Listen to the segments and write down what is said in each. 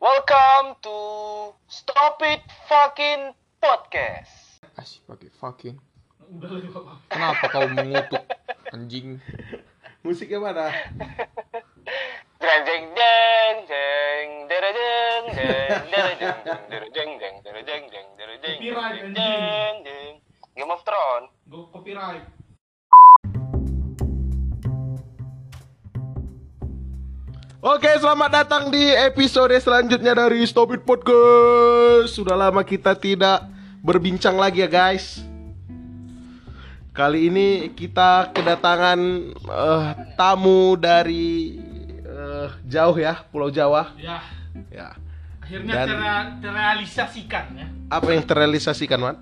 Welcome to Stop It Fucking Podcast. Asik pakai fucking. Kenapa kau mengutuk anjing? Musiknya mana? Jeng jeng jeng jeng derejeng jeng derejeng derejeng jeng derejeng jeng derejeng jeng jeng. Game of Thrones. Go copyright. Oke, selamat datang di episode selanjutnya dari Stop It Podcast. Sudah lama kita tidak berbincang lagi ya guys. Kali ini kita kedatangan tamu dari jauh ya, Pulau Jawa. Ya. Akhirnya Dan- terrealisasikan ya. Apa yang terrealisasikan, Wan?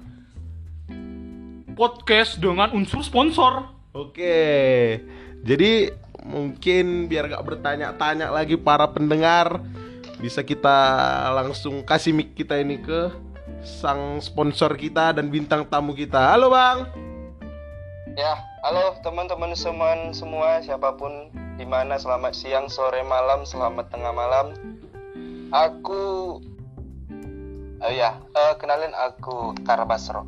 Podcast dengan unsur sponsor. Oke. Jadi mungkin biar gak bertanya-tanya lagi para pendengar, bisa kita langsung kasih mic kita ini ke sang sponsor kita dan bintang tamu kita. Halo Bang. Ya, halo teman-teman semua siapapun di mana, selamat siang, sore, malam, selamat tengah malam. Aku kenalin aku Tara Basro.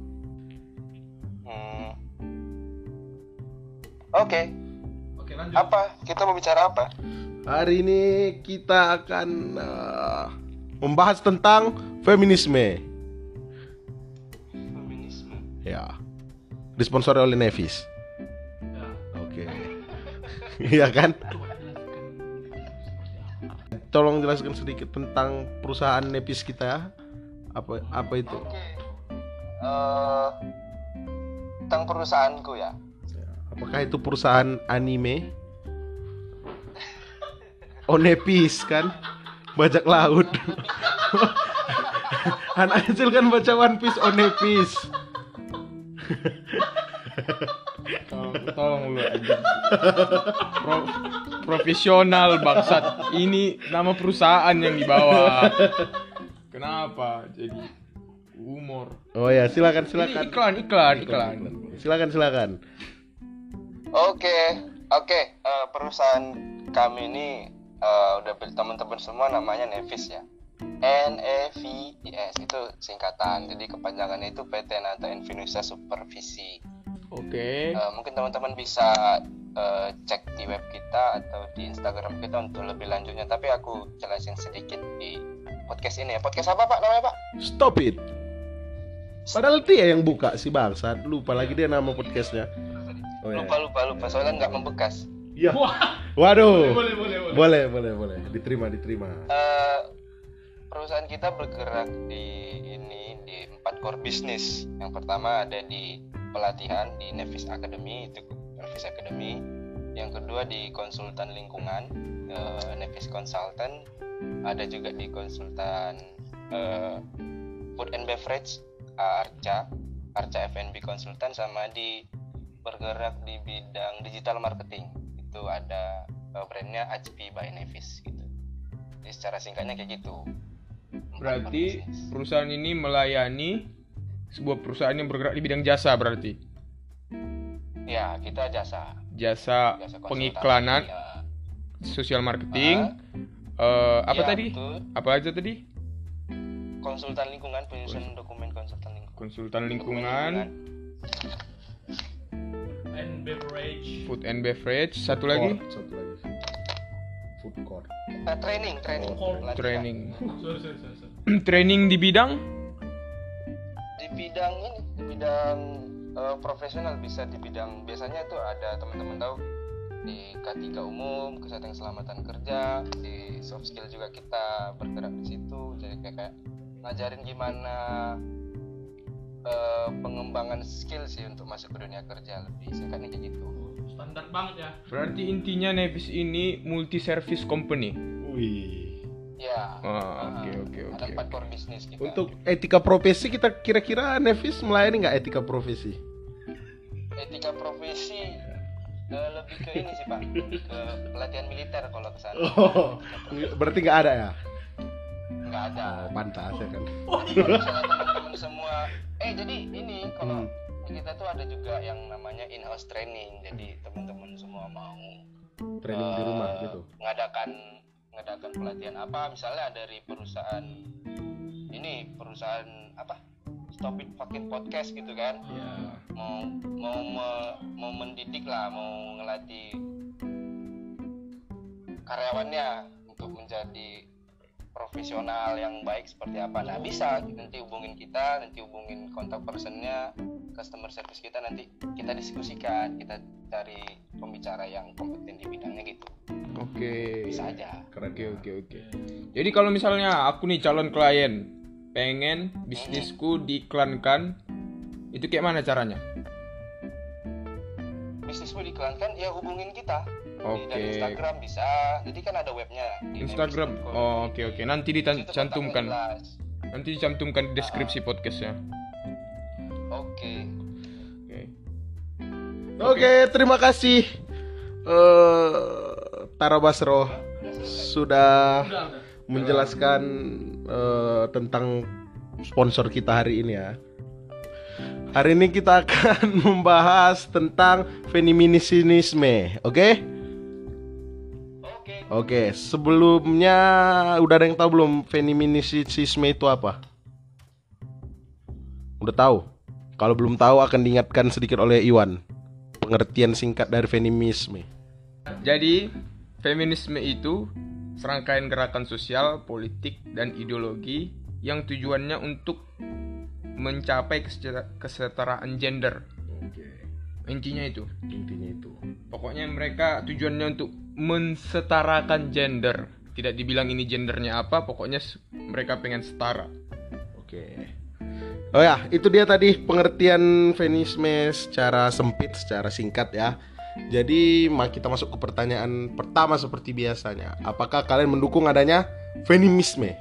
Oke, Oke, lanjut. apa? Kita mau bicara apa? Hari ini kita akan membahas tentang feminisme. Feminisme. Ya. Disponsori oleh Nevis. Ya. Oke. Iya kan? Tolong jelaskan sedikit tentang perusahaan Nevis kita ya. Apa itu? Oke. Tentang perusahaanku ya. Apakah itu perusahaan anime? Oh, Nepis kan? Bajak laut. Anak kecil kan baca One Piece, oh Nepis. Tolong lu anjing. Profesional bangsat. Ini nama perusahaan yang dibawa. Kenapa jadi humor? Oh ya, silakan. Ini iklan. Silakan. Oke. Perusahaan kami ini udah teman-teman semua namanya Nevis ya. NEVIS itu singkatan. Jadi kepanjangannya itu PT Nata Infinisa Supervisi. Oke. Mungkin teman-teman bisa cek di web kita atau di Instagram kita untuk lebih lanjutnya. Tapi aku jelasin sedikit di podcast ini ya. Podcast apa Pak namanya Pak? Stop it. Padahal dia yang buka si bangsat. Lupa lagi dia nama podcastnya. Oh, ya. Lupa. Soalnya nggak membekas. Iya. Wah, Waduh. boleh. Boleh. Diterima. Perusahaan kita bergerak di 4 core bisnis. Yang pertama ada di pelatihan di Nevis Academy, itu Nevis Academy. Yang kedua di konsultan lingkungan, Nevis Consultant. Ada juga di konsultan food and beverage, Arca F&B Consultant, sama di bergerak di bidang digital marketing. Itu ada brandnya HP by Nevis gitu. Jadi secara singkatnya kayak gitu. Berarti perusahaan ini melayani sebuah perusahaan yang bergerak di bidang jasa berarti. Ya, kita jasa konsultasi, pengiklanan, ya. sosial marketing, apa Ya, tadi? betul. Apa aja tadi? Konsultan lingkungan, penyusunan dokumen konsultan lingkungan. Konsultan lingkungan, and beverage. food and beverage, satu lagi Satu lagi. Food court. Training. Pelatihan. training. Sorry. Training di bidang Di bidang profesional, bisa di bidang, biasanya itu ada teman-teman tahu di K3 umum, kesehatan keselamatan kerja, di soft skill juga kita bergerak di situ. Jadi kayak ngajarin gimana pengembangan skill sih untuk masuk ke dunia kerja, lebih singkatnya kayak gitu. Standar banget ya. berarti intinya Nevis ini multi service company. Wih. Ya. Oke. Ada 4 core bisnis kita. Untuk etika profesi kita kira-kira Nevis melayani nggak etika profesi? Etika profesi lebih ke ini sih Pak, ke pelatihan militer kalau ke sana. Oh, berarti nggak ada ya? Nggak ada. Oh, pantas ya kan. Misalnya teman-teman semua, jadi ini kalau kita tuh ada juga yang namanya in-house training. Jadi teman-teman semua mau Training di rumah gitu. mengadakan mengadakan pelatihan apa, misalnya dari perusahaan apa, Stop It Fucking Podcast gitu kan. Ya. Mau mendidik lah, mau ngelatih karyawannya untuk menjadi profesional yang baik seperti apa. Nah, bisa nanti hubungin kita, nanti hubungin kontak personnya, customer service kita, nanti kita diskusikan, kita cari pembicara yang kompeten di bidangnya gitu. Oke. Bisa aja. Oke. Jadi kalau misalnya aku nih calon klien pengen bisnisku diiklankan, itu kayak mana caranya? Bisnismu diiklankan ya hubungin kita. Oke. Dari Instagram bisa. Jadi kan ada webnya di Instagram. nevis.com. Oh, oke. Nanti Di situ dicantumkan. kontaknya jelas. Nanti dicantumkan di deskripsi podcastnya. Oke. Oke, terima kasih Tara Basro sudah menjelaskan tentang sponsor kita hari ini ya. Hari ini kita akan membahas tentang feminisme, oke? Oke, sebelumnya udah ada yang tahu belum feminisme itu apa? Udah tahu? Kalau belum tahu akan diingatkan sedikit oleh Iwan. Pengertian singkat dari feminisme. Jadi, feminisme itu serangkaian gerakan sosial, politik, dan ideologi yang tujuannya untuk mencapai kesetaraan gender. Oke. Intinya itu. Intinya itu. Pokoknya mereka tujuannya untuk mensetarakan gender. Tidak dibilang ini gendernya apa, pokoknya mereka pengen setara. Oke. Oh ya, itu dia tadi pengertian feminisme secara sempit, secara singkat ya. Jadi, kita masuk ke pertanyaan pertama seperti biasanya. Apakah kalian mendukung adanya feminisme?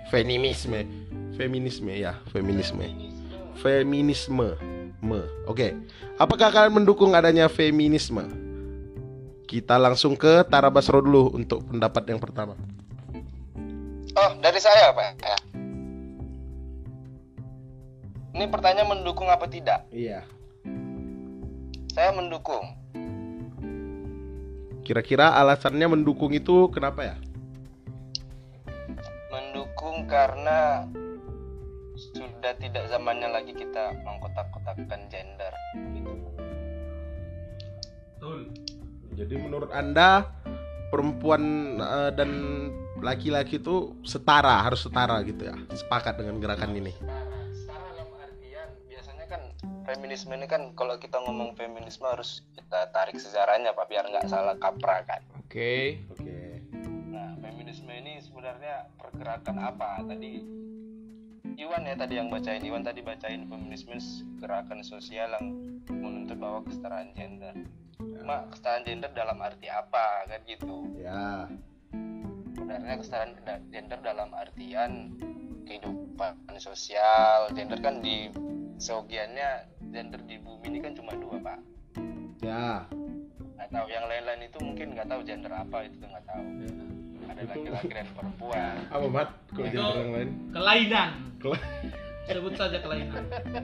Oke. Apakah kalian mendukung adanya feminisme? Kita langsung ke Tara Basro dulu untuk pendapat yang pertama. Oh, dari saya Pak ya. Ini pertanyaan mendukung apa tidak? Iya. Saya mendukung. Kira-kira alasannya mendukung itu kenapa ya? Mendukung karena sudah tidak zamannya lagi kita mengkotak-kotakkan gender gitu. Betul. Jadi menurut Anda perempuan dan laki-laki itu harus setara gitu ya? Sepakat dengan gerakan ini? Setara dalam artian biasanya kan feminisme ini kan, kalau kita ngomong feminisme harus kita tarik sejarahnya Pak, biar nggak salah kaprah kan. Oke. Nah, feminisme ini sebenarnya pergerakan apa? Tadi Iwan tadi bacain feminisme gerakan sosial yang menuntut bahwa kesetaraan gender. Cuma kesetaraan gender dalam arti apa kan gitu? Ya. Sebenarnya kesetaraan gender dalam artian kehidupan sosial. Gender kan di seogiannya gender di bumi ini kan cuma 2 Pak. Ya. Nggak tahu yang lain-lain itu mungkin nggak tahu gender apa, itu nggak tahu. Ada laki-laki dan perempuan. Apa Mat? Kalau Itu gender yang lain? kelainan. Sebut saja kelainan.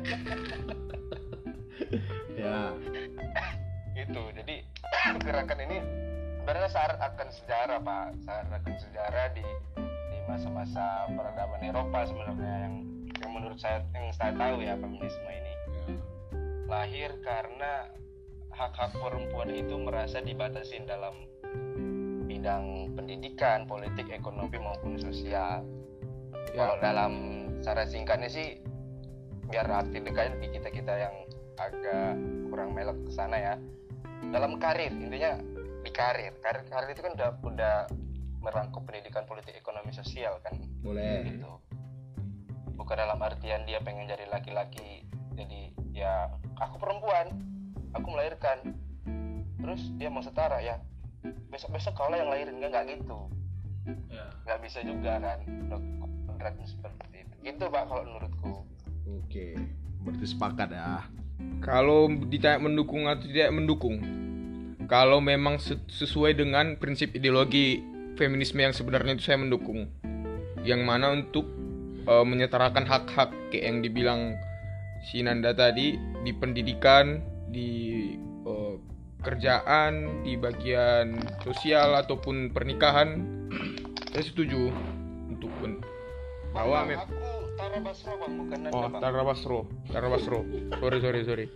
Ya. Itu jadi gerakan ini sebenarnya syarat akan sejarah Pak, syarat akan sejarah di masa-masa peradaban Eropa sebenarnya, yang menurut saya, yang saya tahu ya, feminisme ini lahir karena hak-hak perempuan itu merasa dibatasi dalam bidang pendidikan, politik, ekonomi maupun sosial. Kalau dalam cara singkatnya sih, biar arti dekatnya di kita yang agak kurang melek ke sana ya. Dalam karir, intinya di karir itu kan udah merangkup pendidikan, politik, ekonomi, sosial kan. Boleh. Gitu. Bukan dalam artian dia pengen jadi laki-laki, jadi ya aku perempuan, aku melahirkan, terus dia mau setara ya. Besok kau lah yang lahirin, nggak gitu. Ya. Nggak bisa juga kan. Kodratnya seperti itu. Gitu Pak kalau menurutku. Oke. Berarti sepakat ya. Kalau ditanya mendukung atau tidak mendukung, kalau memang sesuai dengan prinsip ideologi feminisme yang sebenarnya itu saya mendukung. Yang mana untuk menyetarakan hak-hak kayak yang dibilang si Nanda tadi, di pendidikan, di kerjaan, di bagian sosial ataupun pernikahan. Saya setuju untuk bahwa Bang, aku Tara Basro bang, bukan Nanda bang. Tara Basro. Sorry.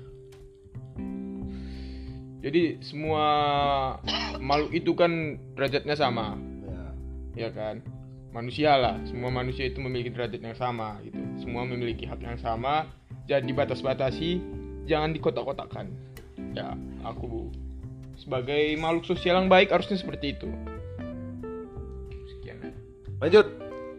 Jadi semua makhluk itu kan derajatnya sama, ya kan? Manusia lah, semua manusia itu memiliki derajat yang sama gitu. Semua memiliki hak yang sama, jangan dibatas-batasi, jangan dikotak-kotakkan. Ya, aku sebagai makhluk sosial yang baik harusnya seperti itu. Sekian. Lanjut.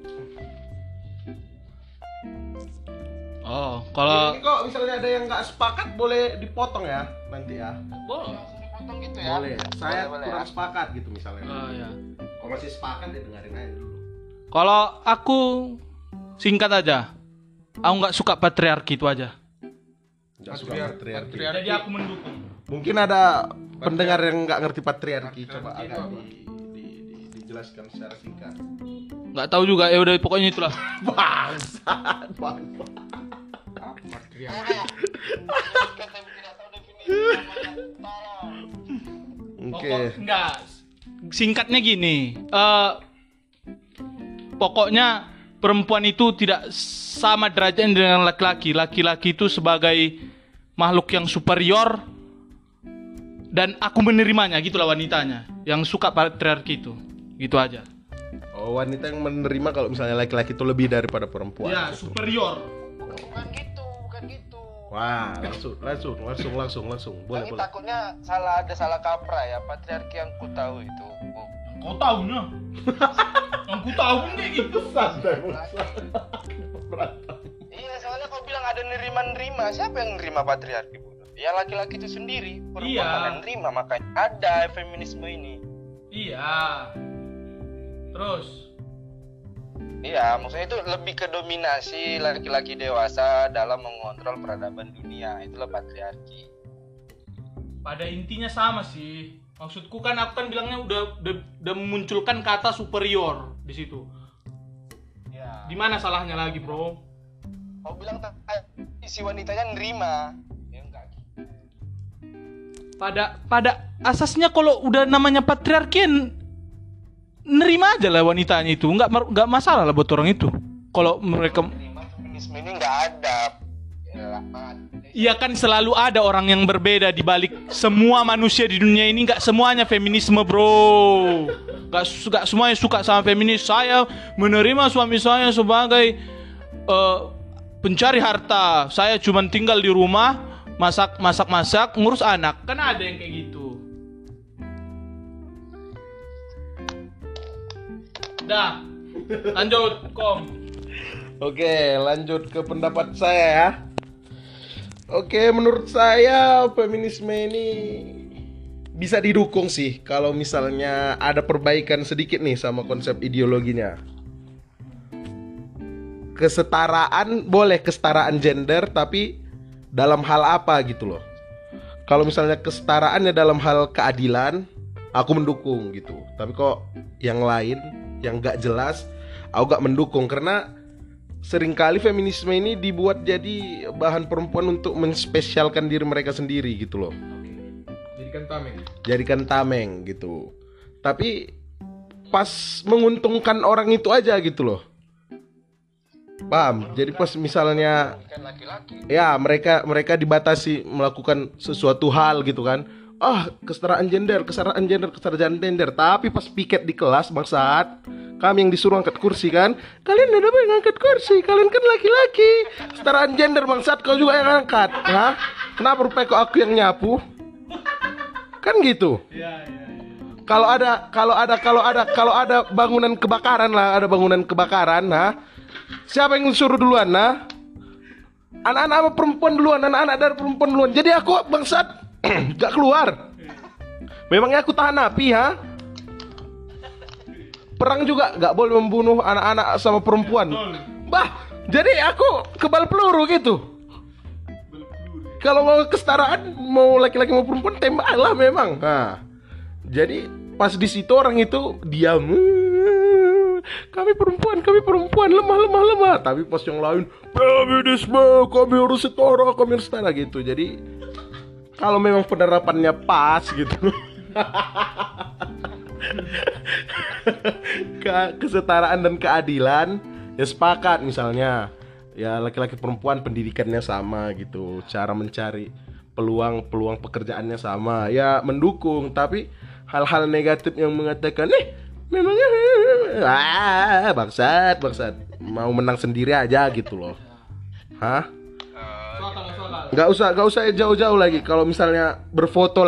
Oh, kalau Ini kok misalnya ada yang nggak sepakat boleh dipotong ya nanti ya. boleh. Langsung dipotong gitu ya. Boleh. Saya Boleh, kurang ya. sepakat gitu misalnya. Oh ya. Kalau masih sepakat ya dengerin aja dulu. Kalau aku singkat aja. Aku nggak suka patriarki itu aja. Nggak suka patriarki. Jadi aku mendukung. Mungkin ada pendengar yang nggak ngerti patriarki. Coba Patriarki agak itu dijelaskan secara singkat. Nggak tahu juga. Ya udah pokoknya itulah. Bangsat. Patriarki. Kata yang tidak tahu definisi namanya tolong. Oke. Enggak. Singkatnya gini. Pokoknya perempuan itu tidak sama derajatnya dengan laki-laki. Laki-laki itu sebagai makhluk yang superior dan aku menerimanya, gitulah wanitanya yang suka patriarki itu. Gitu aja. Oh, wanita yang menerima kalau misalnya laki-laki itu lebih daripada perempuan. Ya, superior. Bukan gitu. Wah, langsung. Boleh. Ini takutnya ada salah kaprah ya. Patriarki yang ku tahu itu. Kau tahunya. Yang ku tahu kayak gitu. Iya, soalnya kau bilang ada nerima. Siapa yang nerima patriarki? Ya laki-laki itu sendiri. Perempuan Iya. mana nerima, makanya ada feminisme ini. Iya. Terus Iya, maksudnya itu lebih ke dominasi laki-laki dewasa dalam mengontrol peradaban dunia. Itulah patriarki. pada intinya sama sih. Maksudku kan aku kan bilangnya udah memunculkan kata superior di situ. Ya. Di mana salahnya lagi, Bro? Kau bilang si wanitanya nerima. Ya enggak. Pada asasnya kalau udah namanya patriarki nerima aja lah wanitanya itu, nggak masalah lah buat orang itu. Kalau mereka Nerima feminisme ini enggak ada. iya kan selalu ada orang yang berbeda di balik semua manusia di dunia ini. Nggak semuanya feminisme, bro. Nggak semuanya suka sama feminis. Saya menerima suami saya sebagai pencari harta. Saya cuma tinggal di rumah, masak, ngurus anak. Kan ada yang kayak gitu. Dah, lanjut, Kom. Oke, lanjut ke pendapat saya ya. Oke, menurut saya feminisme ini bisa didukung sih kalau misalnya ada perbaikan sedikit nih sama konsep ideologinya. Kesetaraan boleh, kesetaraan gender, tapi dalam hal apa gitu loh. Kalau misalnya kesetaraannya dalam hal keadilan, aku mendukung gitu. Tapi kok yang lain yang gak jelas, aku gak mendukung. Karena seringkali feminisme ini dibuat jadi bahan perempuan untuk menspesialkan diri mereka sendiri gitu loh. Jadikan tameng gitu. Tapi pas menguntungkan orang itu aja gitu loh. Paham? Jadi pas misalnya Kan laki-laki. ya mereka dibatasi melakukan sesuatu hal gitu kan. Kesetaraan gender. Tapi pas piket di kelas bangsat, kami yang disuruh angkat kursi kan. Kalian ada apa yang angkat kursi? Kalian kan laki-laki. Kesetaraan gender bangsat, kau juga yang angkat. Hah? Kenapa rupanya kok aku yang nyapu? Kan gitu. Kalau ada bangunan kebakaran lah, nah. Siapa yang suruh duluan, nah? Anak-anak apa perempuan duluan, anak-anak dari perempuan duluan. Jadi aku bangsat gak keluar. Memangnya aku tahan api, ha? Perang juga gak boleh membunuh anak-anak sama perempuan. Bah, jadi aku kebal peluru gitu. Kalau mau kesetaraan, mau laki-laki mau perempuan, tembaklah memang. Nah, jadi pas di situ orang itu diam. Kami perempuan lemah. Tapi pas yang lain, feminisme, kami harus setara gitu. Jadi kalau memang penerapannya pas gitu. Kesetaraan dan keadilan, ya sepakat misalnya. Ya laki-laki perempuan pendidikannya sama gitu, cara mencari peluang pekerjaannya sama, ya mendukung. Tapi hal-hal negatif yang mengatakan memangnya bangsat mau menang sendiri aja gitu loh. Hah? Gak usah jauh-jauh lagi. Kalau misalnya berfoto,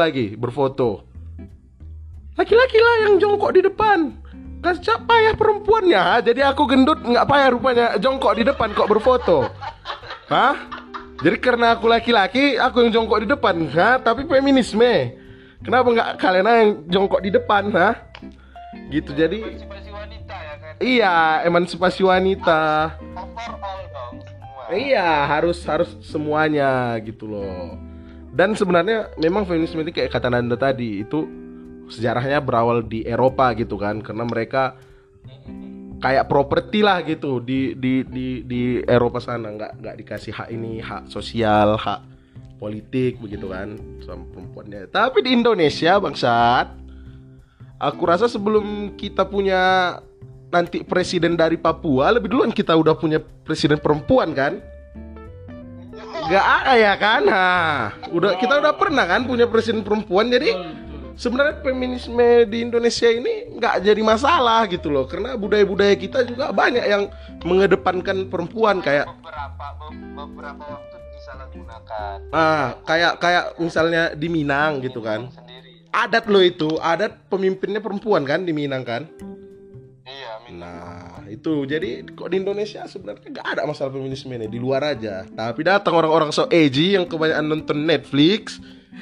laki-laki lah yang jongkok di depan. Kan payah perempuannya, ha? Jadi aku gendut nggak payah rupanya jongkok di depan kok berfoto. Hah? Jadi karena aku laki-laki, aku yang jongkok di depan, ha? Tapi feminisme. Kenapa nggak kalian yang jongkok di depan, ha? Gitu. Jadi emansipasi wanita ya kan. iya, emansipasi wanita. Overall dong semua. Iya, harus semuanya gitu loh. Dan sebenarnya memang feminisme itu kayak kata Nanda tadi, itu sejarahnya berawal di Eropa gitu kan, karena mereka kayak properti lah gitu di Eropa sana, nggak dikasih hak ini, hak sosial, hak politik begitu kan sama perempuannya. Tapi di Indonesia bangsat, aku rasa sebelum kita punya nanti presiden dari Papua, lebih duluan kita udah punya presiden perempuan kan? Gak ada ya kan? Nah, kita udah pernah kan punya presiden perempuan. Jadi sebenarnya feminisme di Indonesia ini nggak jadi masalah gitu loh, karena budaya-budaya kita juga banyak yang mengedepankan perempuan, kayak beberapa waktu disalahgunakan. Kayak misalnya di Minang gitu kan. Sendiri. Adat lo itu, adat pemimpinnya perempuan kan di Minang kan. Iya, Nah itu jadi kok di Indonesia sebenarnya nggak ada masalah feminisme ini, di luar aja. Tapi datang orang-orang so edgy yang kebanyakan nonton Netflix.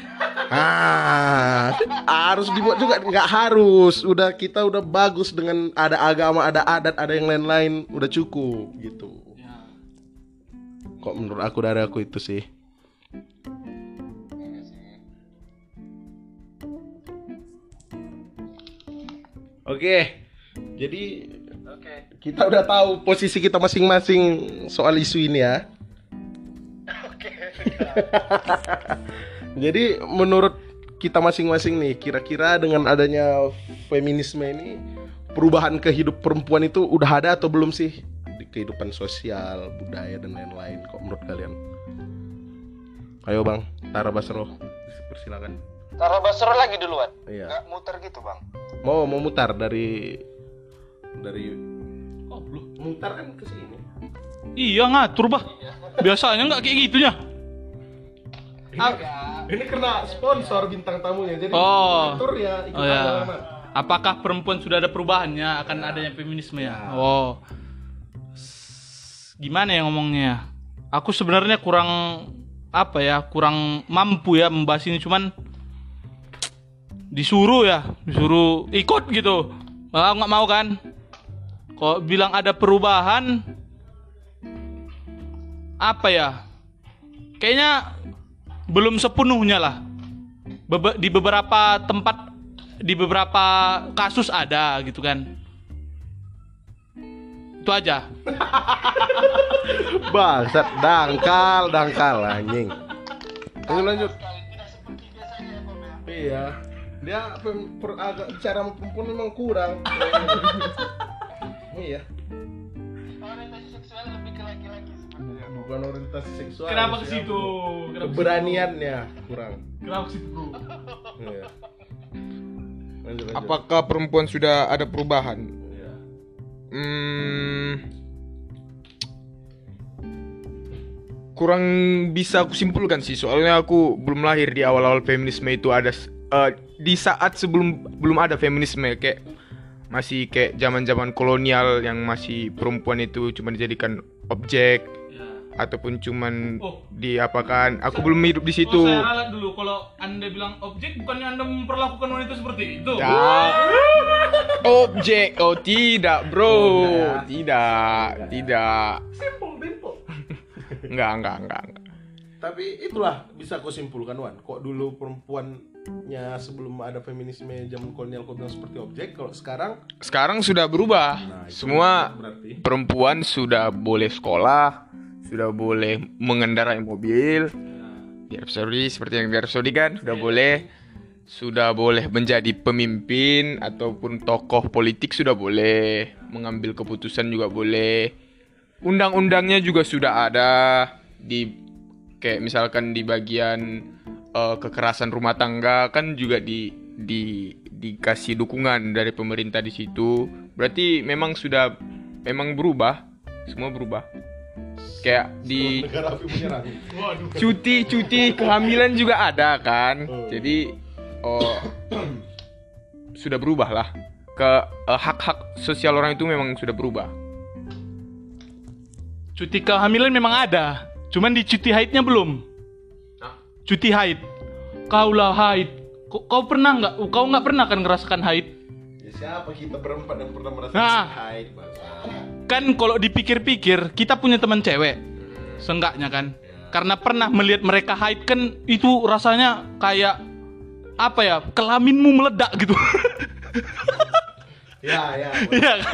Harus dibuat juga, nggak harus. Kita udah bagus dengan ada agama, ada adat, ada yang lain-lain, udah cukup gitu. Kok menurut aku, dari aku itu sih. Oke. Jadi kita udah tahu posisi kita masing-masing soal isu ini ya. Jadi menurut kita masing-masing nih, kira-kira dengan adanya feminisme ini, perubahan ke hidup perempuan itu udah ada atau belum sih di kehidupan sosial, budaya dan lain-lain? Kok menurut kalian? Ayo Bang, Tara Basro, persilakan. Tara Basro lagi duluan. Iya. Nggak muter gitu Bang. Mau mutar dari mutar kan ke sini. Iya ngatur bah. Biasanya nggak kayak gitunya. Ini kena sponsor bintang tamunya, jadi Oh. atur ya ikut Ya. lama-lama. Apakah perempuan sudah ada perubahannya akan adanya feminisme ya? Oh. Gimana ya ngomongnya? Aku sebenarnya kurang mampu ya membahas ini, cuman disuruh ikut gitu. Nggak mau kan? Kok bilang ada perubahan, kayaknya belum sepenuhnya lah. Di beberapa tempat, di beberapa kasus ada gitu kan. Itu aja. Bangsat, dangkal anjing. Lanjut. Iya. Dia agak bicara sama perempuan memang kurang. Iya. Orientasi seksual lebih ke laki-laki sebenarnya. Bukan orientasi seksual. Kenapa ke situ? Keberaniannya kurang. Kenapa ke situ, bro? Iya. Lanjut. Apakah perempuan sudah ada perubahan? Iya. Kurang bisa aku simpulkan sih, soalnya aku belum lahir di awal-awal feminisme itu ada. Di saat belum ada feminisme, kayak masih kayak zaman-zaman kolonial yang masih perempuan itu cuma dijadikan objek ataupun cuman diapakan. Aku belum hidup di situ. Saya ralat dulu, kalau Anda bilang objek, bukannya Anda memperlakukan wanita seperti itu? Objek, tidak bro, tidak. Simple. Enggak. Tapi itulah bisa kau simpulkan, Wan. Kok dulu perempuannya sebelum ada feminisme zaman kolonial kau bilang seperti objek, kalau sekarang sudah berubah. itu Semua berarti perempuan sudah boleh sekolah, sudah boleh mengendarai mobil. Di Arab Saudi, seperti yang di Arab Saudi kan sudah boleh. sudah boleh menjadi pemimpin ataupun tokoh politik, sudah boleh mengambil keputusan, juga boleh. Undang-undangnya juga sudah ada di kayak misalkan di bagian kekerasan rumah tangga kan juga dikasih dukungan dari pemerintah di situ. Berarti memang berubah, semua berubah. Kayak di Negara api menyerang. cuti kehamilan juga ada kan. Jadi sudah berubah lah. Hak-hak sosial orang itu memang sudah berubah. Cuti kehamilan memang ada, cuman di cuti haidnya belum. Cuti haid. Kaulah haid. Kau pernah nggak? Kau nggak pernah kan ngerasakan haid? Ya, siapa kita berempat yang pernah merasakan Nah. haid, bangsa? Kan kalau dipikir-pikir, kita punya teman cewek, seenggaknya kan. Karena pernah melihat mereka haid kan, itu rasanya kayak apa ya? Kelaminmu meledak gitu. Ya. Iya kan?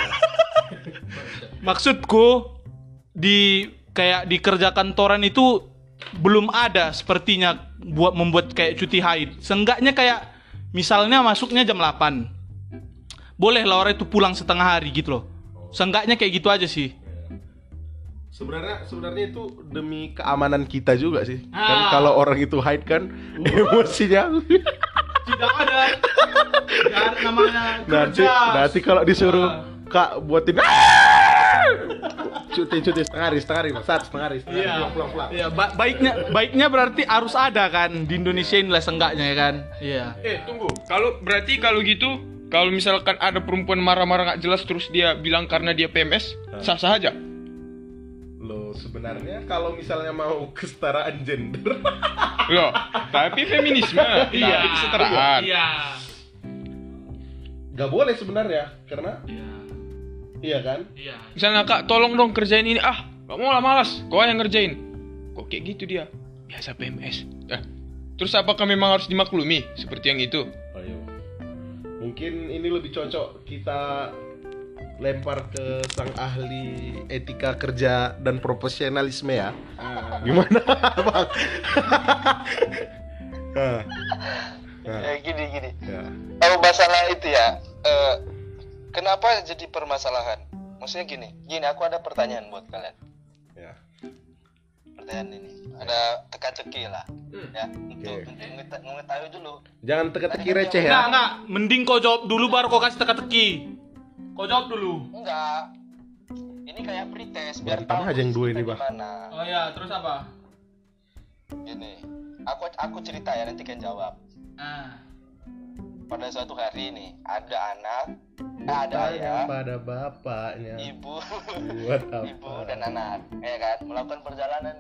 Maksudku kayak di kerja kantoran itu belum ada sepertinya membuat kayak cuti haid. Seenggaknya kayak misalnya masuknya jam 8. Boleh lah orang itu pulang setengah hari gitu loh. Seenggaknya kayak gitu aja sih. Sebenarnya itu demi keamanan kita juga sih. Kan kalau orang itu haid kan emosinya. Tidak ada namanya kerja. Nanti kalau disuruh Kak buatin cuti setengah hari, setengah hari. Iya. Pulang. Iya, baiknya berarti harus ada kan di Indonesia inilah seenggaknya ya kan. Iya. Tunggu. Kalau gitu, kalau misalkan ada perempuan marah-marah nggak jelas terus dia bilang karena dia PMS, sah-sah aja. Loh, sebenarnya kalau misalnya mau kesetaraan gender. Loh, tapi feminisme, tapi kesetaraan. Iya. Gak boleh sebenarnya, karena iya kan? Iya. Misalnya Kak, tolong dong kerjain ini. Gak mau lah, malas. Kau yang ngerjain. Kok kayak gitu dia? Biasa PMS. Terus apakah memang harus dimaklumi seperti yang itu? Ayo. Mungkin ini lebih cocok kita lempar ke sang ahli etika kerja dan profesionalisme ya. Gimana, Bang? Gini. Ya. Kalau masalah itu ya, kenapa jadi permasalahan? Maksudnya gini, aku ada pertanyaan buat kalian. Ya. Pertanyaan ini, ada teka-teki lah, ya, untuk mengetahui dulu. Jangan teka-teki receh ya. Enggak. Mending kau jawab dulu baru kau kasih teka-teki. Kau jawab dulu. Enggak, ini kayak pretest biar Pertama tahu aja yang dua kita ini, Bang. gimana. Oh ya, terus apa? Gini, aku cerita ya, nanti kalian jawab. Pada suatu hari nih, ada ayah, pada bapaknya. ibu, Buat apa? ibu dan anak, ya kan, melakukan perjalanan.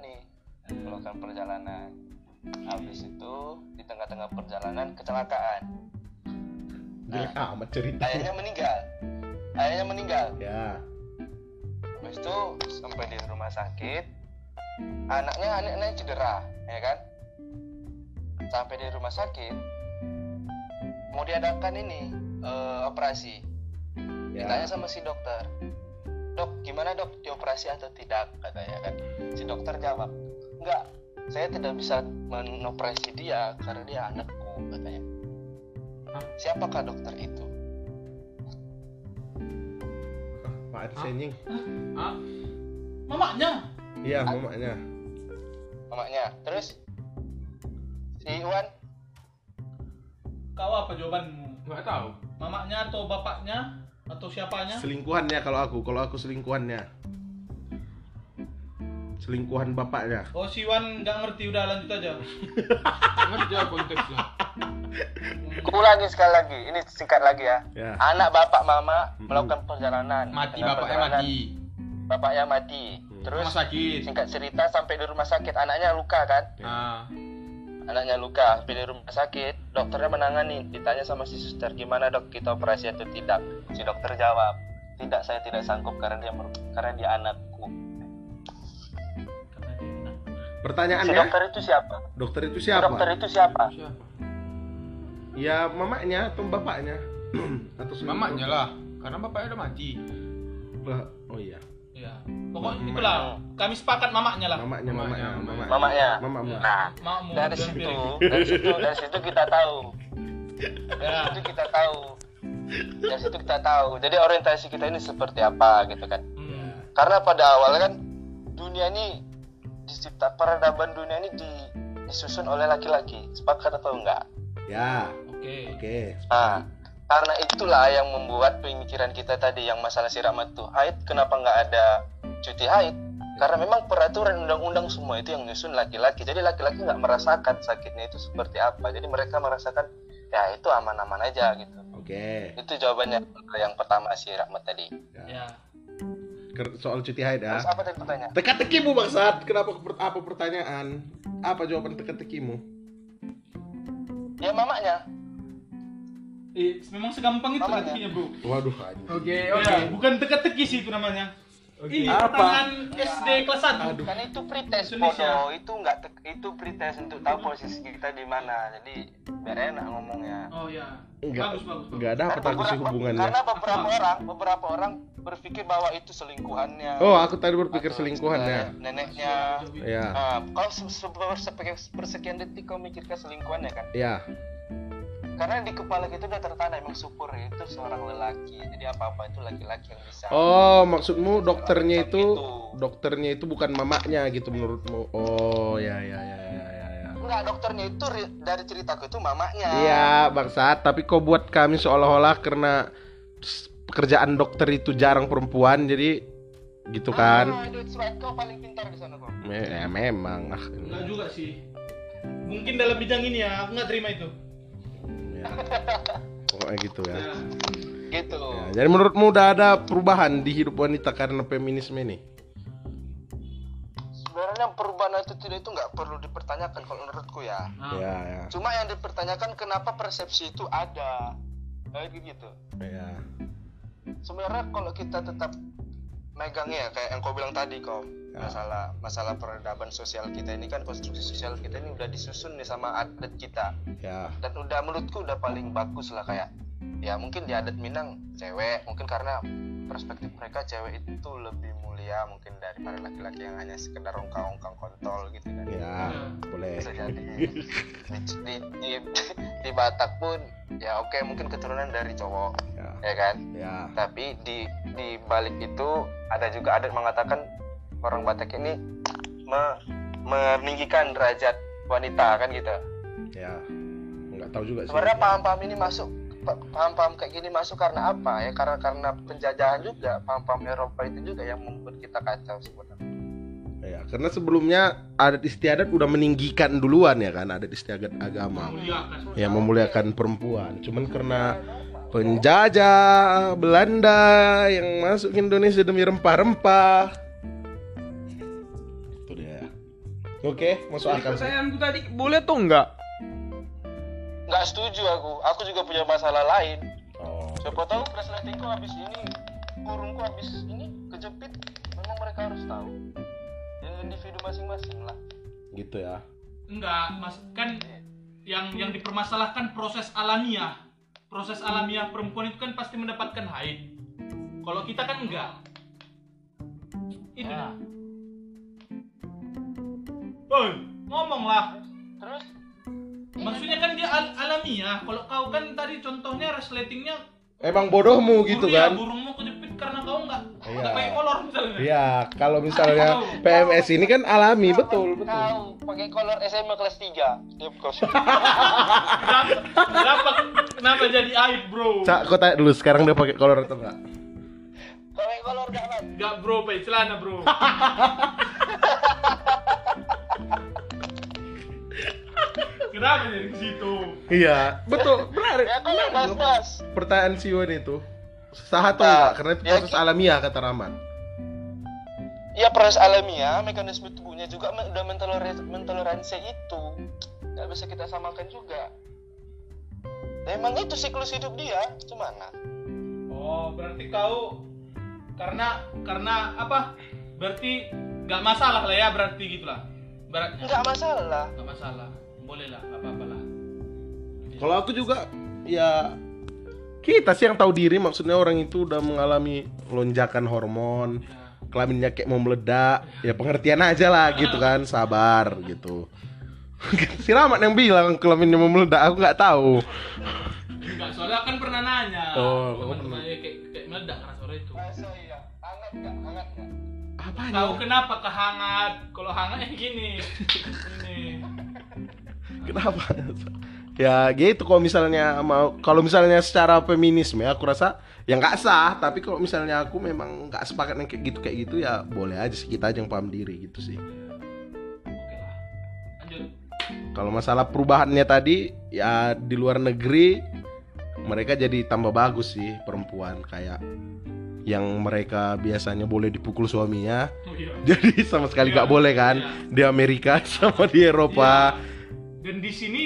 Habis itu di tengah-tengah perjalanan kecelakaan. Jelek amat cerita. Ayahnya meninggal. Ya. Habis itu sampai di rumah sakit, anaknya cedera, ya kan. Sampai di rumah sakit, mau diadakan ini operasi. Ya. Ditanya sama si dokter, "Dok, gimana dok, dioperasi atau tidak?" katanya kan. Si dokter jawab, "Enggak, saya tidak bisa menoperasi dia karena dia anakku," katanya. Siapakah dokter itu? Pak Senying. Mamanya. Iya, mamanya. Mamanya. Terus si Iwan, Kau apa jawabanmu? Nggak tahu. Mamanya atau bapaknya atau siapanya? Selingkuhannya kalau aku selingkuhannya. Selingkuhan bapaknya. Oh, si Wan nggak ngerti, udah lanjut aja. Ngerti ya konteksnya. aku ulangi sekali lagi, ini singkat lagi ya. Ya. Anak bapak mama melakukan perjalanan. Mati, Dengan bapaknya perjalanan, mati. Bapaknya mati. Terus Rumah sakit. singkat cerita sampai di rumah sakit, anaknya luka kan? Anaknya luka, sampai di rumah sakit, dokternya menangani. Ditanya sama si suster, "Gimana dok, kita operasi atau tidak?" Si dokter jawab, "Tidak, saya tidak sanggup karena dia anakku." Si Pertanyaannya, dokter itu siapa? dokter itu Si siapa? dokter itu siapa? Ya mamanya atau bapaknya? Atau selingkuh? Mamanya lah, karena bapaknya udah mati. Lah, oh iya. Iya. Pokoknya itulah. Kami sepakat mamaknya lah. Mamanya. Nah, Makmu. dari situ kita tahu. Ya. Dari situ kita tahu. Jadi orientasi kita ini seperti apa gitu kan. Karena pada awal kan dunia ini peradaban dunia ini disusun oleh laki-laki. Sepakat atau enggak? Ya. Oke. Nah, karena itulah yang membuat pemikiran kita tadi yang masalah si Rahmat tuh haid, kenapa nggak ada cuti haid? Karena memang peraturan undang-undang semua itu yang nyusun laki-laki. Jadi laki-laki nggak merasakan sakitnya itu seperti apa. Jadi mereka merasakan ya itu aman-aman aja gitu. Oke. Itu jawabannya yang pertama si Rahmat tadi. Ya. Soal cuti haid ya. Terus apa tadi pertanyaan? Teka-tekimu bangsat. Kenapa apa pertanyaan? Apa jawaban teka-tekimu? Ya mamanya. Memang segampang itu Mamanya. teka-tekinya, Bro. Waduh anjing. Oke. Ya, bukan teka-teki sih itu namanya. Ini Apa? pertanyaan SD kelas 1. Kan itu pretest Indonesia. bodoh. Itu pretest untuk tahu posisi kita di mana. Jadi biar enak ngomongnya. Oh ya. Enggak. Bagus. Enggak dapat aku sih hubungannya. Karena beberapa orang berpikir bahwa itu selingkuhannya. Oh, aku tadi berpikir Atau selingkuhannya. neneknya. Ya. Kalau persekian detik kau mikirkan selingkuhannya kan? Ya. Karena di kepala kita udah tertanam emang Supur itu seorang lelaki. Jadi apa-apa itu laki-laki yang bisa. Oh, maksudmu dokternya itu Gitu. bukan mamanya gitu menurutmu. Oh, ya. Enggak, dokternya itu dari ceritaku itu mamanya. Iya, bangsat, tapi kau buat kami seolah-olah karena pekerjaan dokter itu jarang perempuan jadi gitu kan. That's right. Kau paling pintar di sana kok. Ya, memang. Enggak juga sih. Mungkin dalam bidang ini ya, aku nggak terima itu. Ya. Pokoknya gitu ya. Ya. Gitu. Ya, jadi menurutmu udah ada perubahan di hidup wanita karena feminisme ini? Sebenarnya perubahan itu tidak itu nggak perlu dipertanyakan kalau menurutku ya. Ya. Cuma yang dipertanyakan kenapa persepsi itu ada. Kayak gitu. Ya. Sebenarnya kalau kita tetap megangnya kayak yang kau bilang tadi kok, masalah peradaban sosial kita ini kan, konstruksi sosial kita ini udah disusun nih sama adat kita. Ya. Dan udah menurutku udah paling bagus lah, kayak ya mungkin di adat Minang cewek mungkin karena perspektif mereka cewek itu lebih mulia mungkin daripada laki-laki yang hanya sekedar ongkang-ongkang kontol gitu kan. Ya, boleh. Bisa jadi di Batak pun ya oke, mungkin keturunan dari cowok ya kan. Ya. Tapi di balik itu ada juga adat mengatakan orang Batak ini meninggikan derajat wanita kan gitu. Ya. Nggak tahu juga sih. Sebenarnya paham-paham ini masuk, paham-paham kayak gini masuk karena apa ya? Karena penjajahan juga, paham-paham Eropa itu juga yang membuat kita kacau sebenarnya. Ya, karena sebelumnya adat istiadat udah meninggikan duluan ya kan, adat istiadat agama. Ya, memuliakan perempuan. Cuman karena penjajah Belanda yang masuk ke Indonesia demi rempah-rempah. Itu dia. Oke, masuk akal sih. Pertanyaanku tadi boleh atau enggak? Nggak setuju aku juga punya masalah lain. Oh. Siapa tahu resletingku habis ini, kurungku habis ini kejepit, memang mereka harus tahu. Yang individu masing-masing lah. Gitu ya. Enggak, Mas, kan yang dipermasalahkan proses alamiah. Proses alamiah perempuan itu kan pasti mendapatkan haid. Kalau kita kan enggak. Itu. Ya. Woi, ngomonglah. Terus Maksudnya kan dia alamiah. Kalau kau kan tadi contohnya resletingnya Emang bodohmu gitu kan? burungmu kejepit karena kau enggak Iya. pakai kolor misalnya. Iya, kalau misalnya PMS ini kan alami, betul. tahu pakai kolor SMA kelas 3 dia kos. Kenapa jadi aib, bro? Cak, kau tanya dulu sekarang dia pakai kolor atau enggak? Pakai kolor gak man? Enggak, bro, pakai celana, bro. Kenapa dari situ? Iya, betul. Benar. Ya kau yang bahas. Pertanyaan si Wan itu sah atau enggak? Karena itu proses alamiah kata Rahmat. Ya proses alamiah, mekanisme tubuhnya juga udah mentoleransi itu. Gak bisa kita samakan juga. Emang itu siklus hidup dia, gimana? Oh, berarti kau karena apa? Berarti nggak masalah lah ya, berarti gitulah. Baratnya. Nggak masalah. Nggak masalah. Boleh lah, nggak apa-apa lah. Kalau aku juga ya kita sih yang tahu diri, maksudnya orang itu udah mengalami lonjakan hormon, kelaminnya kayak mau meledak, ya pengertian aja lah gitu kan, sabar gitu. Si Rahmat yang bilang kelaminnya mau meledak, aku nggak tahu. Enggak, soalnya kan pernah nanya. Oh, teman-temannya kayak meledak karena sore itu. Masa iya, hangat nggak? Apanya? Tahu kenapa kehangat? Kalau hangat yang gini. Ini. Kenapa? Ya gitu, kalau misalnya secara feminisme ya aku rasa ya nggak sah, tapi kalau misalnya aku memang nggak sepakat yang kayak gitu ya boleh aja sih, kita aja yang paham diri gitu sih. Oke lah. Lanjut. Kalau masalah perubahannya tadi ya di luar negeri mereka jadi tambah bagus sih, perempuan kayak yang mereka biasanya boleh dipukul suaminya Oh, iya. jadi sama sekali nggak boleh kan di Amerika sama di Eropa. Dan di sini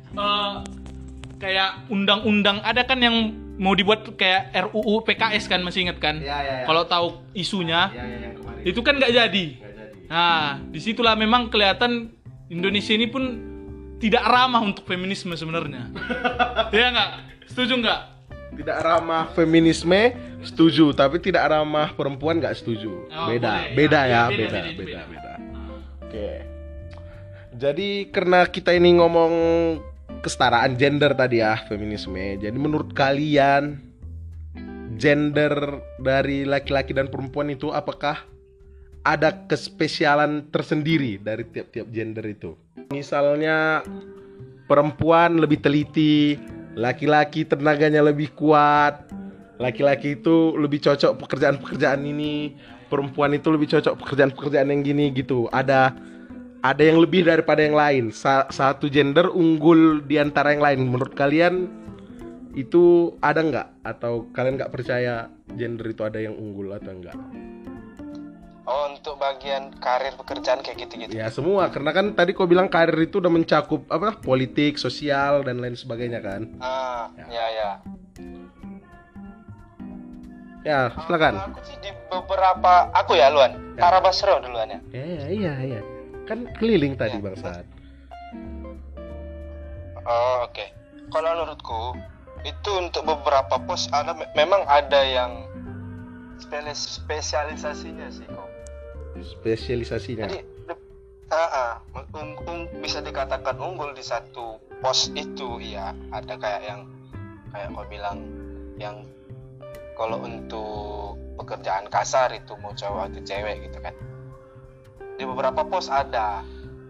kayak undang-undang ada kan yang mau dibuat kayak RUU PKS kan, masih ingat kan? Ya. Kalau tahu isunya, Yang kemarin itu kan nggak jadi. nggak jadi. Nah, disitulah memang kelihatan Indonesia ini pun tidak ramah untuk feminisme sebenarnya. Iya nggak? Setuju nggak? Tidak ramah feminisme setuju, tapi tidak ramah perempuan nggak setuju. Oh, Beda, boleh. beda ya, Beda. beda. Oke. Jadi karena kita ini ngomong kesetaraan gender tadi ya, feminisme. Jadi menurut kalian gender dari laki-laki dan perempuan itu apakah ada kespesialan tersendiri dari tiap-tiap gender itu? Misalnya perempuan lebih teliti, laki-laki tenaganya lebih kuat, laki-laki itu lebih cocok pekerjaan-pekerjaan ini, perempuan itu lebih cocok pekerjaan-pekerjaan yang gini gitu. Ada yang lebih daripada yang lain. Satu gender unggul di antara yang lain. Menurut kalian itu ada nggak? Atau kalian nggak percaya gender itu ada yang unggul atau enggak? Oh, untuk bagian karir pekerjaan kayak gitu-gitu. Ya semua, karena kan tadi kau bilang karir itu udah mencakup apa? Politik, sosial dan lain sebagainya kan. Ya. Ya, silakan. Aku sih di beberapa, aku ya Luan, Ya. Tara Basro duluan ya. Iya. Kan keliling tadi Bang Saad. Oh, oke. Kalau menurutku itu untuk beberapa pos memang ada yang spesialisasinya sih kok. Spesialisasinya. Jadi bisa dikatakan unggul di satu pos itu, ya. Ada kayak kau bilang yang kalau untuk pekerjaan kasar itu mau cowok atau cewek gitu kan. Di beberapa pos ada.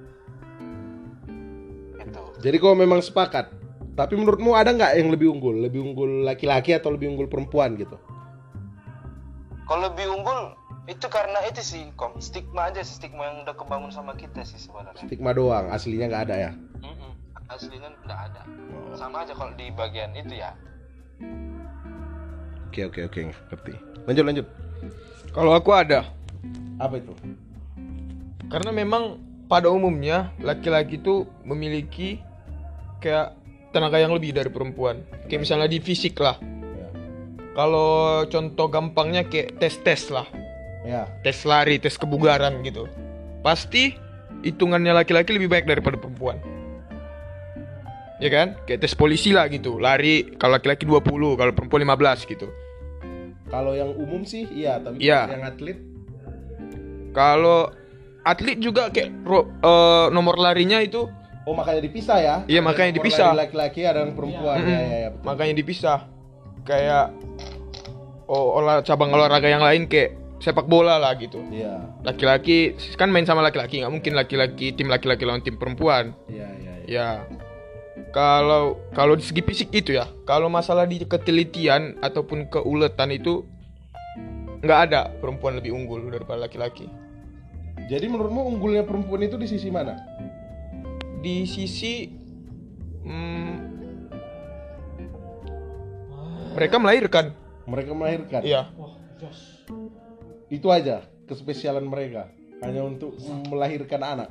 Itu. Jadi kau memang sepakat. Tapi menurutmu ada nggak yang lebih unggul? Lebih unggul laki-laki atau lebih unggul perempuan gitu? Kalau lebih unggul itu karena itu sih, stigma yang udah kebangun sama kita sih sebenarnya. Stigma doang, aslinya nggak ada ya? Aslinya nggak ada. Sama aja kalau di bagian itu ya. Oke, ngerti. Lanjut. Kalau aku ada. Apa itu? Karena memang pada umumnya laki-laki itu memiliki kayak tenaga yang lebih dari perempuan. Kayak misalnya di fisik lah. Ya. Kalau contoh gampangnya kayak tes lah. Ya. Tes lari, tes kebugaran gitu. Pasti hitungannya laki-laki lebih baik daripada perempuan. Ya kan? Kayak tes polisi lah gitu. Lari kalau laki-laki 20, kalau perempuan 15 gitu. Kalau yang umum sih iya, tapi Iya. yang atlet Kalau atlet juga kayak nomor larinya itu makanya dipisah ya? Iya, Ada makanya nomor dipisah. lari laki-laki, ada yang perempuan. Ya, betul. makanya dipisah. Kayak cabang olahraga yang lain kayak sepak bola lah gitu. Iya. Laki-laki kan main sama laki-laki, nggak mungkin tim laki-laki lawan tim perempuan. Iya. Ya. Kalau di segi fisik itu ya. Kalau masalah di ketelitian ataupun keuletan itu nggak ada perempuan lebih unggul daripada laki-laki. Jadi menurutmu unggulnya perempuan itu di sisi mana? Di sisi mereka melahirkan. Mereka melahirkan. Iya. Itu aja kespesialan mereka, hanya untuk melahirkan anak.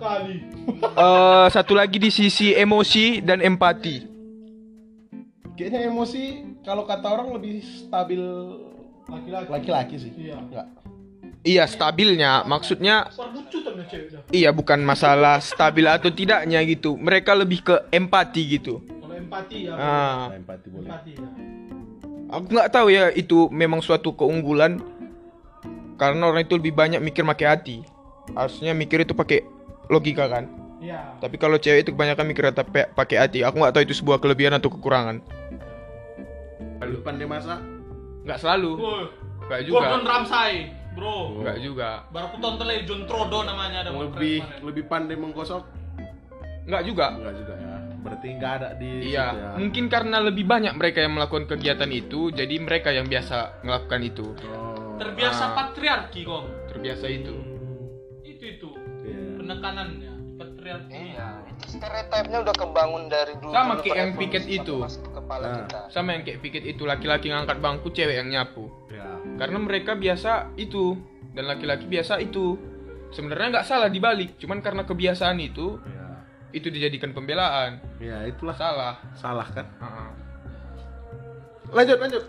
Satu lagi di sisi emosi dan empati. Kayaknya emosi kalau kata orang lebih stabil laki-laki sih. Iya. Enggak. Iya, stabilnya maksudnya. Iya, bukan masalah stabil atau tidaknya gitu. Mereka lebih ke empati gitu. Kalau empati ya. Empati boleh. Empati ya. Aku nggak tahu ya itu memang suatu keunggulan. karena orang itu lebih banyak mikir pakai hati. Harusnya mikir itu pakai logika kan. Iya. Tapi kalau cewek itu kebanyakan mikir pakai hati. Aku nggak tahu itu sebuah kelebihan atau kekurangan. Lu pandai masak? Nggak selalu. Woi, Nggak juga. Gordon Ramsay, bro. Nggak juga. Baru aku tonton lagi John Trodo namanya ada Lebih pandai menggosok? Nggak juga. Enggak juga ya. Berarti enggak ada di Iya, situ ya. mungkin karena lebih banyak mereka yang melakukan kegiatan itu, jadi mereka yang biasa melakukan itu. Oh. Terbiasa Ah. patriarki kok. Terbiasa itu. Itu Iya. penekanannya patriarki. Iya, itu stereotipnya udah kebangun dari dulu. Sama dulu kayak yang perevolusi piket sampai itu. masuk ke kepala Nah. kita. Sama yang kayak piket itu, laki-laki ngangkat bangku, cewek yang nyapu. Ya. Karena mereka biasa itu dan laki-laki biasa itu. Sebenarnya nggak salah dibalik, cuman karena kebiasaan itu dijadikan pembelaan. Ya, itulah Salah. salah kan. Heeh. Lanjut.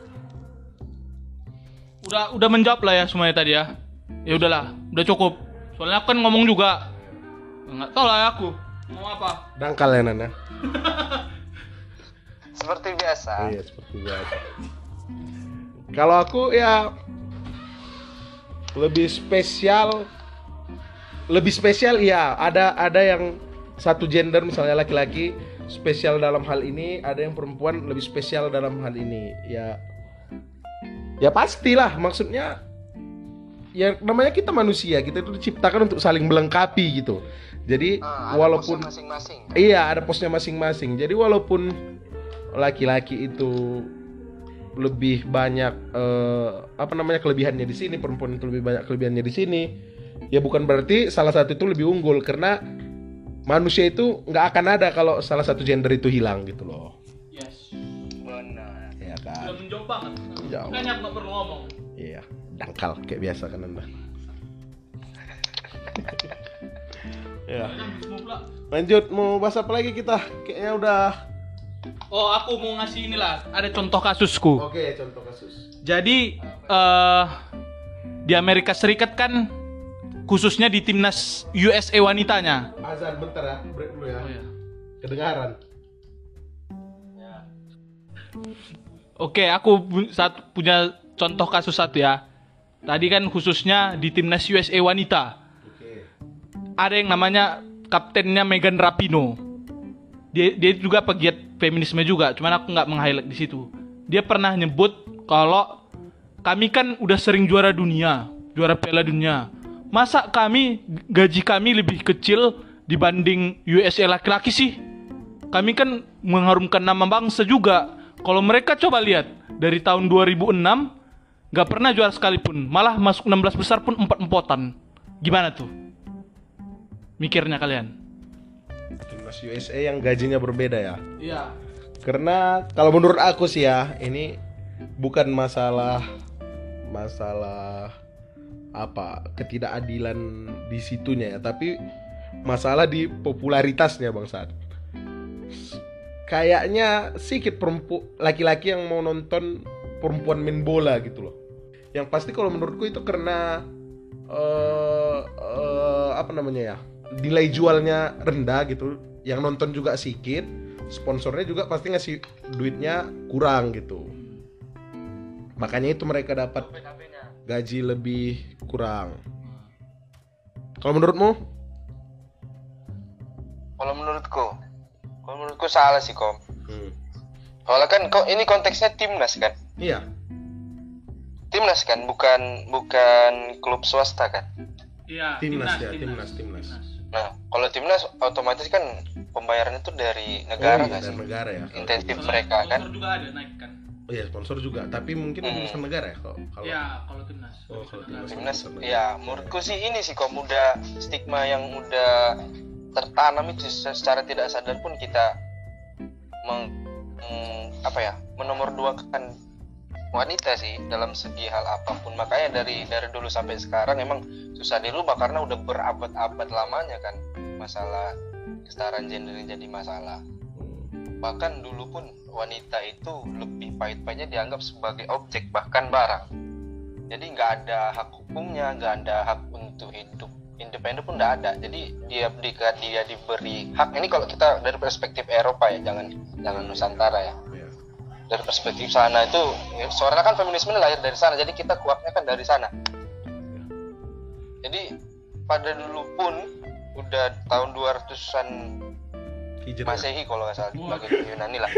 Udah menjawab lah ya semuanya tadi ya. Ya udahlah, udah cukup. Soalnya aku kan ngomong juga. Enggak tahu lah ya aku mau apa. Dangkal ya Nana. Seperti biasa. Iya, seperti biasa. Kalau aku ya lebih spesial ya, ada yang satu gender misalnya laki-laki spesial dalam hal ini, ada yang perempuan lebih spesial dalam hal ini. Ya pastilah, maksudnya ya namanya kita manusia, kita itu diciptakan untuk saling melengkapi gitu. Jadi Ada walaupun posnya masing-masing. iya, ada posnya masing-masing. Jadi walaupun laki-laki itu lebih banyak kelebihannya di sini, perempuan itu lebih banyak kelebihannya di sini, ya bukan berarti salah satu itu lebih unggul, karena manusia itu nggak akan ada kalau salah satu gender itu hilang gitu loh. Yes. Benar. Ya Udah kan. menjawab banget. Jauh. Makanya aku nggak perlu ngomong. Iya, dangkal kayak biasa kan Anda. Ya. Semua pula. Lanjut, mau bahas apa lagi kita? Kayaknya udah. Oh, aku mau ngasih inilah. Ada contoh kasusku. Oke, contoh kasus. Jadi di Amerika Serikat kan, khususnya di timnas USA wanitanya. Azan bentar ya, break dulu ya. Oh, ya. Kedengaran. Oke, aku punya contoh kasus satu ya. Tadi kan khususnya di timnas USA wanita. Oke. Ada yang namanya kaptennya Megan Rapinoe. Dia juga pegiat feminisme juga, cuman aku nggak meng-highlight di situ. Dia pernah nyebut kalau kami kan udah sering juara dunia, juara Piala Dunia. Masa gaji kami lebih kecil dibanding USA laki-laki sih? Kami kan mengharumkan nama bangsa juga. Kalau mereka coba lihat dari tahun 2006 nggak pernah juara sekalipun, malah masuk 16 besar pun empot-empotan. Gimana tuh? Mikirnya kalian? Timnas USA yang gajinya berbeda ya. Iya. Karena kalau menurut aku sih ya, ini bukan masalah ketidakadilan di situnya ya, tapi masalah di popularitasnya Bang Saad. Kayaknya sedikit laki-laki yang mau nonton perempuan main bola gitu loh. Yang pasti kalau menurutku itu karena nilai jualnya rendah gitu, yang nonton juga sedikit, sponsornya juga pasti ngasih duitnya kurang gitu, makanya itu mereka dapat gaji lebih kurang. Kalau menurutmu? Kalau menurutku salah sih Kom. Soalnya kan ini konteksnya timnas kan. Iya. Timnas kan, bukan klub swasta kan. Iya, Timnas. Nah, kalau timnas otomatis kan pembayarannya tuh dari negara iya, nggak dari sih? negara ya. Intensif mereka kan. Sponsor juga ada naik kan. Oh iya, sponsor juga, tapi mungkin urusan negara ya kalau. Iya, kalau timnas. Oh, kalau Timnas, urusan negara. ya menurutku sih ini sih Kom, udah stigma yang udah tertanam itu secara tidak sadar pun kita menomorduakan wanita sih dalam segi hal apapun. Makanya dari dulu sampai sekarang emang susah dirubah karena udah berabad-abad lamanya kan masalah kesetaraan gender yang jadi masalah. Bahkan dulu pun wanita itu lebih pahit-pahitnya dianggap sebagai objek, bahkan barang. Jadi nggak ada hak hukumnya, nggak ada hak untuk hidup independen pun nggak ada. Jadi dia diberi hak. Ini kalau kita dari perspektif Eropa ya, jangan Nusantara ya. Dari perspektif sana itu, soalnya kan feminisme lahir dari sana, jadi kita kuatnya kan dari sana. Jadi pada dulu pun udah tahun 200-an Hijrah. Masehi kalau nggak salah bagi Yunani lah.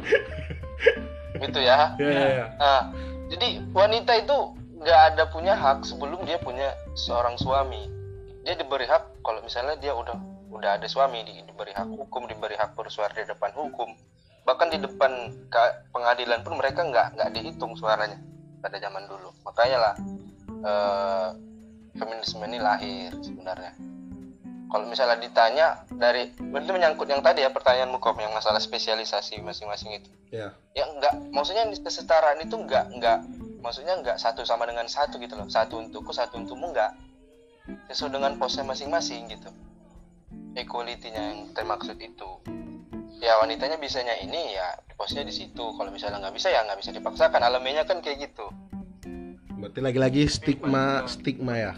Gitu ya. Ya. Nah, jadi wanita itu nggak ada punya hak sebelum dia punya seorang suami. Dia diberi hak kalau misalnya dia udah ada suami, diberi hak hukum, diberi hak bersuara di depan hukum. Bahkan di depan pengadilan pun mereka nggak dihitung suaranya pada zaman dulu. Makanya lah feminisme ini lahir sebenarnya. Kalau misalnya ditanya dari itu menyangkut yang tadi ya pertanyaanmu Kom, yang masalah spesialisasi masing-masing itu. Ya. Ya enggak, maksudnya kesetaraan itu enggak maksudnya enggak satu sama dengan satu gitu loh. Satu untukku, satu untukmu enggak. Sesuai dengan posnya masing-masing gitu. Equality-nya yang termaksud itu. Ya wanitanya bisanya ini ya posnya di situ. Kalau misalnya nggak bisa ya nggak bisa dipaksakan. Alamiahnya kan kayak gitu. Berarti lagi-lagi stigma ya.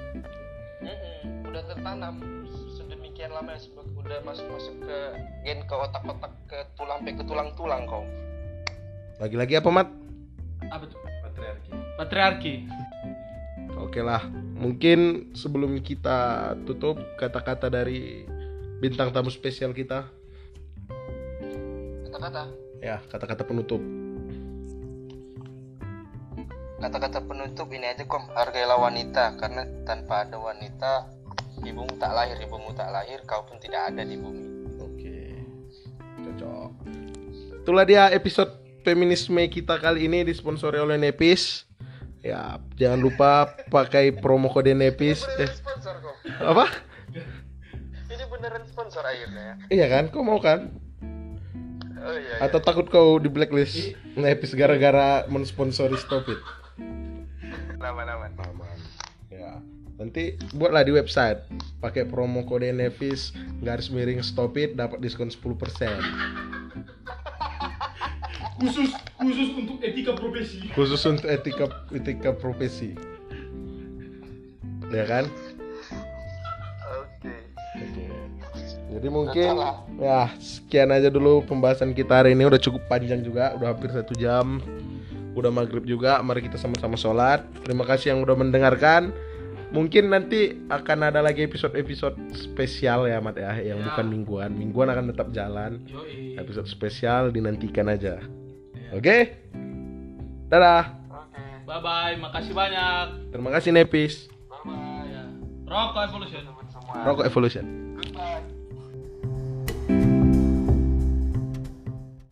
Udah tertanam sedemikian lama ya, udah masuk ke gen, ke otak-otak, ke tulang, sampai ke tulang-tulang kau. Lagi-lagi apa, Mat? Apa tuh? Patriarki. Oke lah, mungkin sebelum kita tutup kata-kata dari bintang tamu spesial kita. Kata-kata. Ya, kata-kata penutup. Kata-kata penutup ini aja Kom, hargailah wanita, karena tanpa ada wanita ibumu tak lahir, kau pun tidak ada di bumi. Oke, cocok. Itulah dia episode feminisme kita kali ini, disponsori oleh Nepis. Ya, jangan lupa pakai promo kode Nepis. Sponsor Kom. Apa? Ini beneran sponsor akhirnya ya. Iya kan? Kau mau kan? Oh iya. Atau takut kau di blacklist Nepis gara-gara mensponsori Stop It? Aman. Ya, nanti buatlah di website pakai promo kode Nevis _stop it dapat diskon 10%. Khusus untuk etika profesi. Khusus untuk etika profesi. Ya kan? Oke. Jadi mungkin ya sekian aja dulu pembahasan kita hari ini, udah cukup panjang juga, udah hampir 1 jam. Udah maghrib juga, mari kita sama-sama sholat. Terima kasih yang udah mendengarkan. Mungkin nanti akan ada lagi episode-episode spesial ya Mat ya, yang bukan mingguan. Mingguan akan tetap jalan. Episode spesial dinantikan aja. Oke? Dadah. Bye-bye, makasih banyak. Terima kasih Nepis. Bye. Rokok Evolution. Rokok Evolution.